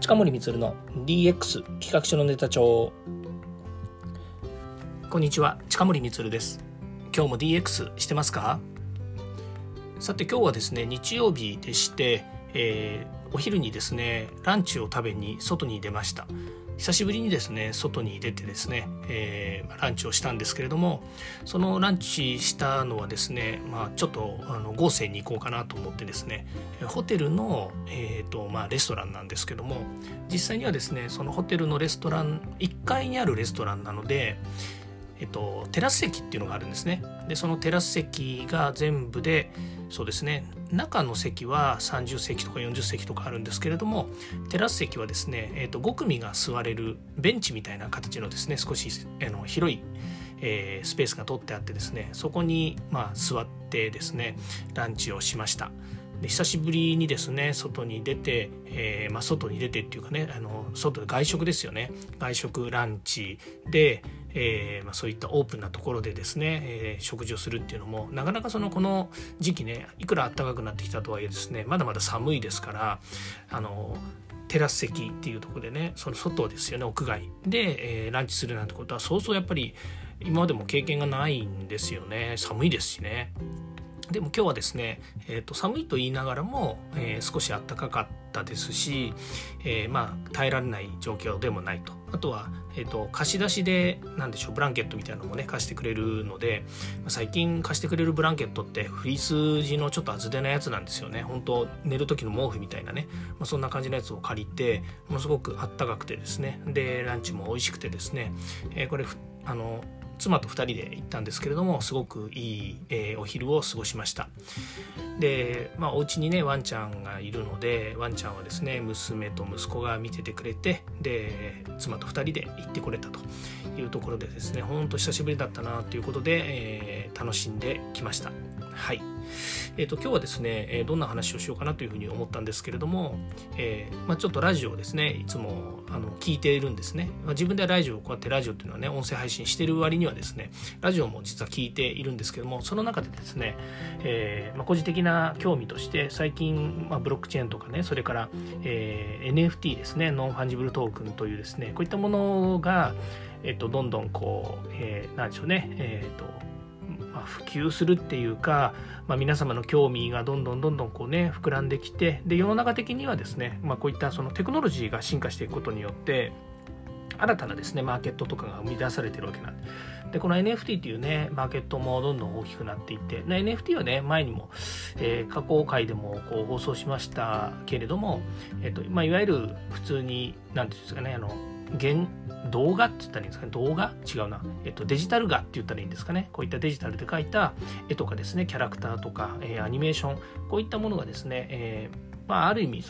近森光の DX 企画書のネタ帳。こんにちは、近森光です。今日も DX してますか？さて今日はですね、日曜日でして、お昼にですねランチを食べに外に出ました。久しぶりにですね外に出てですね、ランチをしたんですけれども、そのランチしたのはですね、ちょっと豪勢に行こうかなと思ってですね、ホテルの、レストランなんですけども、実際にはですねそのホテルのレストラン1階にあるレストランなので、テラス席っていうのがあるんですね。でそのテラス席が全部でそうですね、中の席は30席とか40席とかあるんですけれども、テラス席はですね、5組が座れるベンチみたいな形のですね、少し広いスペースが取ってあってですね、そこに座ってですねランチをしました。で久しぶりにですね外に出て、外に出てっていうかね、外で外食ですよね、外食ランチで、そういったオープンなところでですね、食事をするっていうのもなかなかこの時期ね、いくら暖かくなってきたとはいえですね、まだまだ寒いですから、テラス席っていうところでね、その外ですよね、屋外で、ランチするなんてことはそうそうやっぱり今までも経験がないんですよね。寒いですしね。でも今日はですね、寒いと言いながらも、少し暖かかったですし、耐えられない状況でもないと。あとは、貸し出しでなんでしょう、ブランケットみたいなのもね貸してくれるので、最近貸してくれるブランケットってフリース地のちょっと厚手なやつなんですよね。本当寝る時の毛布みたいなね、そんな感じのやつを借りて、ものすごく暖かくてですね、でランチも美味しくてですね、これ妻と2人で行ったんですけれども、すごくいい、お昼を過ごしました。で、お家にねワンちゃんがいるので、ワンちゃんはですね娘と息子が見ててくれて、で妻と2人で行ってこれたというところでですね、本当久しぶりだったなということで、楽しんできました。はい。今日はですね、どんな話をしようかなというふうに思ったんですけれども、ちょっとラジオをですねいつも聞いているんですね。自分でラジオ、こうやってラジオっていうのはね音声配信している割にはですね、ラジオも実は聞いているんですけども、その中でですね、個人的な興味として最近、ブロックチェーンとかね、それから、NFT ですね、ノンファンジブルトークンというですね、こういったものが、どんどんこう、なんでしょうね、普及するっていうか、皆様の興味がどんどんこうね膨らんできて、で世の中的にはですね、こういったそのテクノロジーが進化していくことによって新たなですねマーケットとかが生み出されているわけなんで、この NFT っていうねマーケットもどんどん大きくなっていって、NFT はね前にも、過去回でもこう放送しましたけれども、いわゆる普通に何ていうんですかね、動画って言ったらいいんですかね、動画違うな、デジタル画って言ったらいいんですかね、こういったデジタルで描いた絵とかですね、キャラクターとか、アニメーション、こういったものがですね、ある意味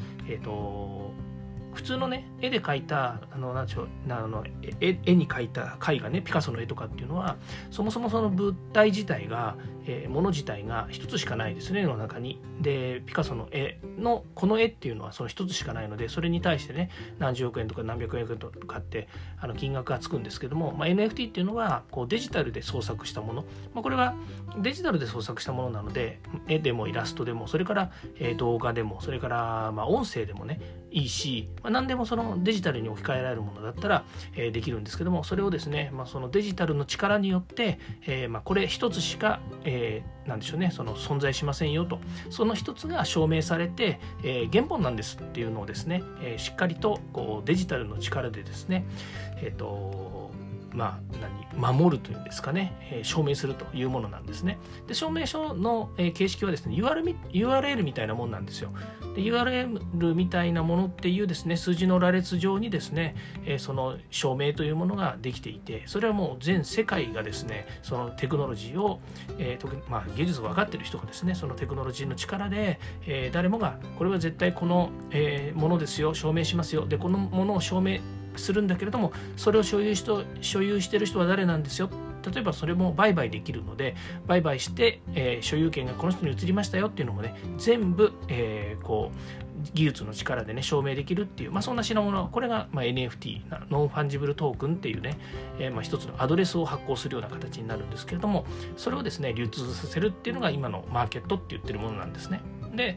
普通のね絵で描いたなんでしょう、絵に描いた絵画ね、ピカソの絵とかっていうのはそもそもその物体自体が、物自体が一つしかないですね、世の中に。でピカソの絵のこの絵っていうのはその一つしかないので、それに対してね何十億円とか何百億円とかって金額がつくんですけども、NFT っていうのはこうデジタルで創作したもの、これはデジタルで創作したものなので、絵でもイラストでもそれから、動画でもそれから音声でもねいいし、何でもそのデジタルに置き換えられるものだったら、できるんですけども、それをですね、そのデジタルの力によって、これ一つしか、なんでしょうね、その存在しませんよと、その一つが証明されて、原本なんですっていうのをですね、しっかりとこうデジタルの力でですね、守るというんですかね、証明するというものなんですね。で証明書の形式はですね URL みたいなものなんですよ。で URL みたいなものっていうですね数字の羅列上にですね、その証明というものができていて、それはもう全世界がですねそのテクノロジーを、特に技術が分かっている人がですねそのテクノロジーの力で、誰もがこれは絶対この、ものですよ、証明しますよ、でこのものを証明するんだけれども、それを所有している人は誰なんですよ、例えばそれも売買できるので売買して、所有権がこの人に移りましたよっていうのもね全部、こう技術の力でね証明できるっていう、そんな品物、これが、NFT ノンファンジブルトークンっていうね、一つのアドレスを発行するような形になるんですけれども、それをですね流通させるっていうのが今のマーケットって言ってるものなんですね。で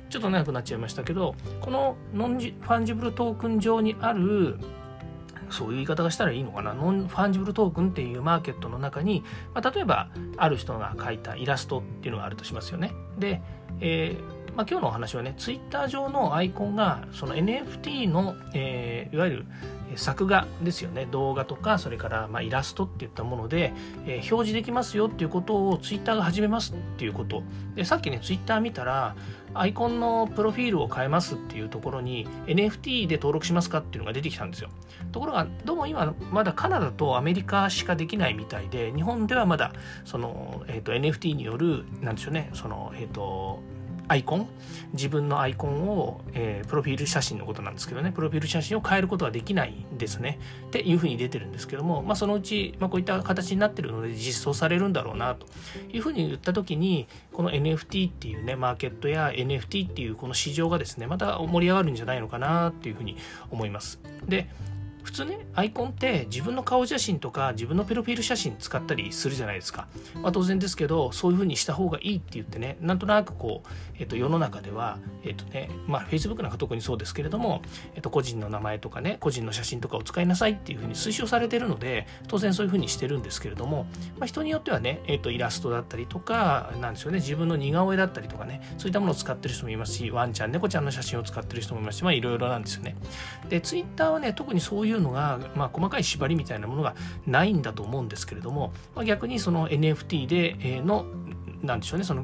ちょっと長くなっちゃいましたけど、このノンファンジブルトークン上にある、そういう言い方がしたらいいのかな、ノンファンジブルトークンっていうマーケットの中に、例えばある人が描いたイラストっていうのがあるとしますよね。で、今日のお話はね、ツイッター上のアイコンがその NFT の、いわゆる作画ですよね、動画とかそれからイラストっていったもので、表示できますよっていうことをツイッターが始めますっていうことで、さっきねツイッター見たらアイコンのプロフィールを変えますっていうところに NFT で登録しますかっていうのが出てきたんですよ。ところがどうも今まだカナダとアメリカしかできないみたいで、日本ではまだその、NFT によるなんでしょうね、そのアイコン、自分のアイコンを、プロフィール写真のことなんですけどね、プロフィール写真を変えることはできないんですねっていうふうに出てるんですけども、そのうち、こういった形になってるので実装されるんだろうなというふうに言った時に、この NFT っていうねマーケットや NFT っていうこの市場がですねまた盛り上がるんじゃないのかなっていうふうに思います。で、普通ねアイコンって自分の顔写真とか自分のプロフィール写真使ったりするじゃないですか。当然ですけど、そういう風にした方がいいって言ってね、なんとなくこう、世の中ではFacebook なんか特にそうですけれども、個人の名前とかね個人の写真とかを使いなさいっていう風に推奨されてるので、当然そういう風にしてるんですけれども、人によってはね、イラストだったりとかなんでしょうね、自分の似顔絵だったりとかね、そういったものを使ってる人もいますし、ワンちゃん猫ちゃんの写真を使ってる人もいますし、いろいろなんですよね。で、ツイッターはね特にそういうのが、細かい縛りみたいなものがないんだと思うんですけれども、逆にその NFT でのなんでしょうね、その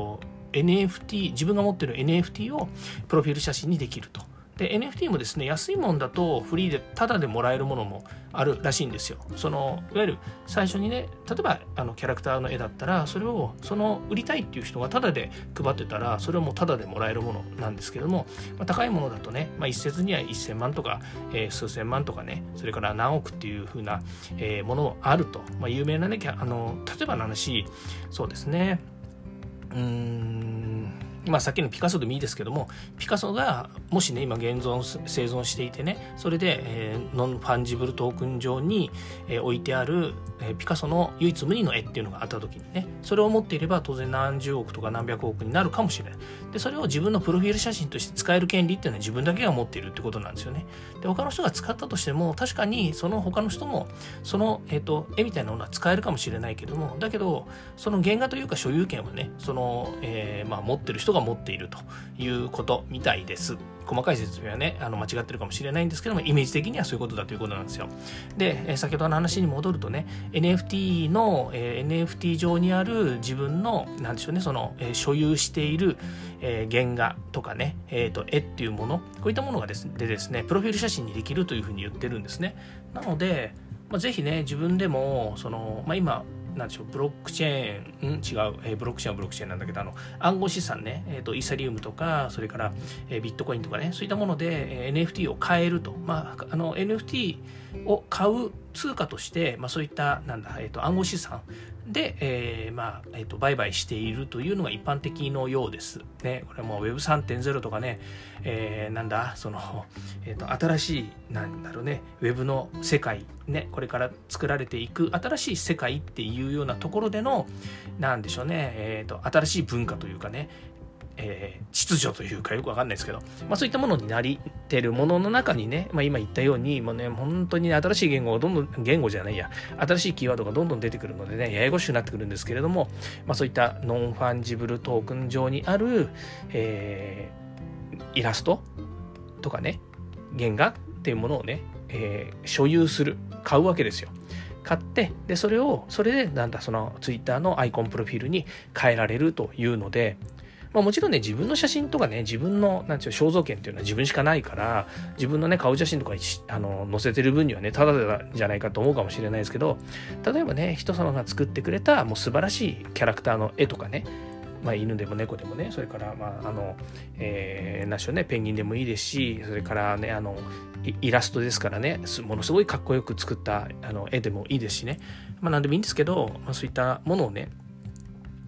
NFT、自分が持ってる NFT をプロフィール写真にできると。で NFT もですね、安いもんだとフリーでタダでもらえるものもあるらしいんですよ。そのいわゆる最初にね、例えばキャラクターの絵だったら、それを売りたいっていう人がタダで配ってたら、それはもうタダでもらえるものなんですけども、高いものだとね、一説には1000万とか、数千万とかね、それから何億っていう風な、ものもあると。有名なね例えばの話、そうですね、さっきのピカソでもいいですけども、ピカソがもしね今生存していてね、それで、ノンファンジブルトークン上に、置いてある、ピカソの唯一無二の絵っていうのがあった時にね、それを持っていれば当然何十億とか何百億になるかもしれない。でそれを自分のプロフィール写真として使える権利っていうのは自分だけが持っているってことなんですよね。で他の人が使ったとしても、確かにその他の人もその、絵みたいなものは使えるかもしれないけども、だけどその原画というか所有権はね、その、持ってる人が持っているということみたいです。細かい説明はね間違ってるかもしれないんですけども、イメージ的にはそういうことだということなんですよ。で、先ほどの話に戻るとね、 NFT の、NFT 上にある自分のなんでしょうね、その、所有している、原画とかね、絵っていうもの、こういったものがですねプロフィール写真にできるというふうに言ってるんですね。なので、ぜひね自分でも今なんでしょう、ブロックチェーン、ブロックチェーンはブロックチェーンなんだけど、暗号資産ね、イーサリウムとか、それから、ビットコインとかね、そういったもので、NFT を買えると。NFT を買う通貨として、そういった暗号資産で、売買しているというのが一般的のようですね。これはもう Web3.0 とかね、新しいウェブの世界ね、これから作られていく新しい世界っていうようなところでのなんでしょうね、新しい文化というかね、秩序というかよくわかんないですけど、そういったものになりてるものの中にね、今言ったように本当に新しい新しいキーワードがどんどん出てくるのでね、ややこしくなってくるんですけれども、そういったノンファンジブルトークン上にある、イラストとかね、原画っていうものをね、所有する、買うわけですよ。買って、でそれでそのツイッターのアイコンプロフィールに変えられるというので、もちろんね自分の写真とかね、自分の肖像権っていうのは自分しかないから、自分のね顔写真とか載せてる分にはねただじゃないかと思うかもしれないですけど、例えばね人様が作ってくれたもう素晴らしいキャラクターの絵とかね、犬でも猫でもね、それから何でしょうね、ペンギンでもいいですし、それからねイラストですからね、ものすごいかっこよく作った絵でもいいですしね、何でもいいんですけど、そういったものをね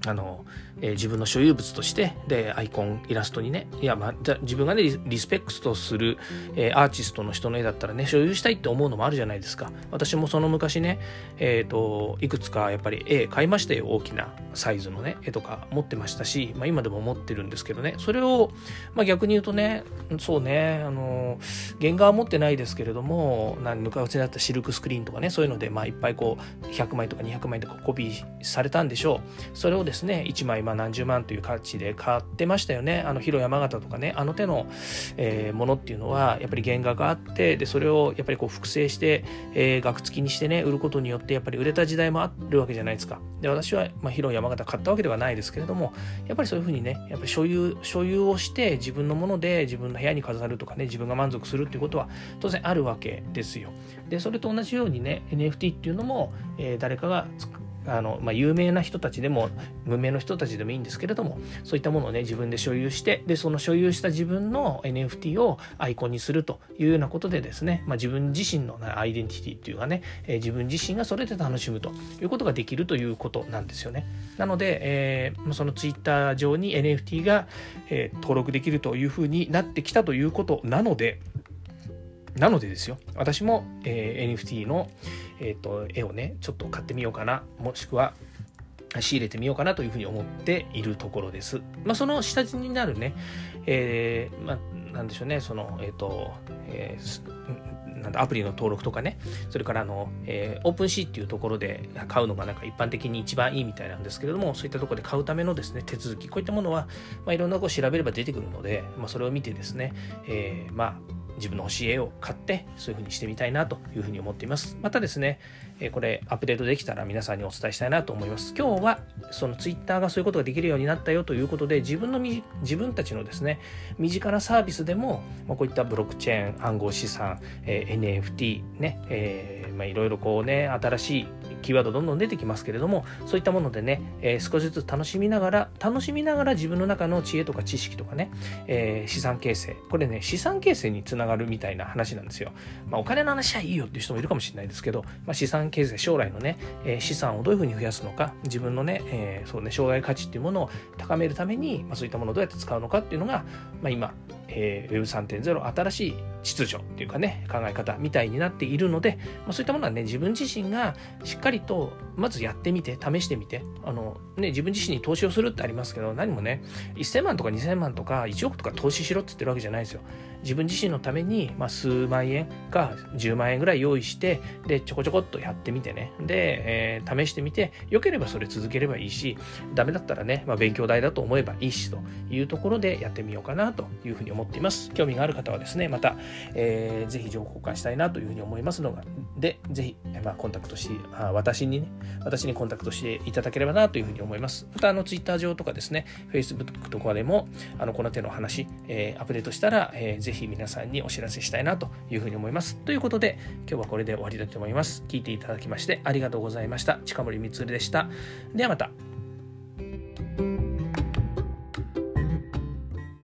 自分の所有物としてでアイコンイラストにね自分がねリスペクトする、アーティストの人の絵だったらね所有したいって思うのもあるじゃないですか。私もその昔ね、いくつかやっぱり絵買いましたよ。大きなサイズのね絵とか持ってましたし、今でも持ってるんですけどね、それを、逆に言うとねそうね原画は持ってないですけれども昔だったシルクスクリーンとかねそういうのでいっぱいこう100枚とか200枚とかコピーされたんでしょう。それをですね1枚何十万という価値で買ってましたよね。広山形とかね手の、ものっていうのはやっぱり原画があってでそれをやっぱりこう複製して、額付きにしてね売ることによってやっぱり売れた時代もあるわけじゃないですか。で私は、広山形買ったわけではないですけれどもやっぱりそういうふうにねやっぱり所有をして自分のもので自分の部屋に飾るとかね自分が満足するっていうことは当然あるわけですよ。でそれと同じようにね NFT っていうのも、誰かが有名な人たちでも無名の人たちでもいいんですけれどもそういったものをね自分で所有してでその所有した自分の NFT をアイコンにするというようなことでですね、自分自身のアイデンティティっていうかね、自分自身がそれで楽しむということができるということなんですよね。なので、そのツイッター上に NFT が、登録できるというふうになってきたということなのでですよ、私も、NFT の、絵をねちょっと買ってみようかな、もしくは仕入れてみようかなというふうに思っているところです。その下地になるね、なんでしょうね、そのアプリの登録とかね、それからオープンシーっていうところで買うのが一般的に一番いいみたいなんですけれども、そういったところで買うためのですね手続き、こういったものはいろんなことを調べれば出てくるので、それを見てですね、自分の欲しい絵を買ってそういう風にしてみたいなというふうに思っています。またですね、これアップデートできたら皆さんにお伝えしたいなと思います。今日はそのツイッターがそういうことができるようになったよということで、自分たちのですね身近なサービスでも、こういったブロックチェーン、暗号資産、NFT ね、いろいろこうね新しいキーワードどんどん出てきますけれども、そういったものでね、少しずつ楽しみながら自分の中の知恵とか知識とかね、資産形成、これね資産形成につながるみたいな話なんですよ。お金の話はいいよっていう人もいるかもしれないですけど、資産形成、将来のね、資産をどういうふうに増やすのか、自分のね、将来価値っていうものを高めるために、そういったものをどうやって使うのかっていうのが、今Web3.0 新しい秩序っていうかね考え方みたいになっているので、そういったものはね自分自身がしっかりとまずやってみて試してみて、自分自身に投資をするってありますけど、何もね1000万とか2000万とか1億とか投資しろって言ってるわけじゃないですよ。自分自身のために、数万円か10万円ぐらい用意してでちょこちょこっとやってみてねで、試してみて良ければそれ続ければいいし、ダメだったらね、勉強代だと思えばいいしというところでやってみようかなというふうに思っています。興味がある方はですねまた、ぜひ情報交換したいなというふうに思いますので、ぜひ、コンタクトして私にコンタクトしていただければなというふうに思います。またツイッター上とかですね Facebook とかでもこの手の話、アップデートしたら、ぜひ皆さんにお知らせしたいなというふうに思います。ということで今日はこれで終わりだと思います。聞いていただきましてありがとうございました。近森光でした。ではまた。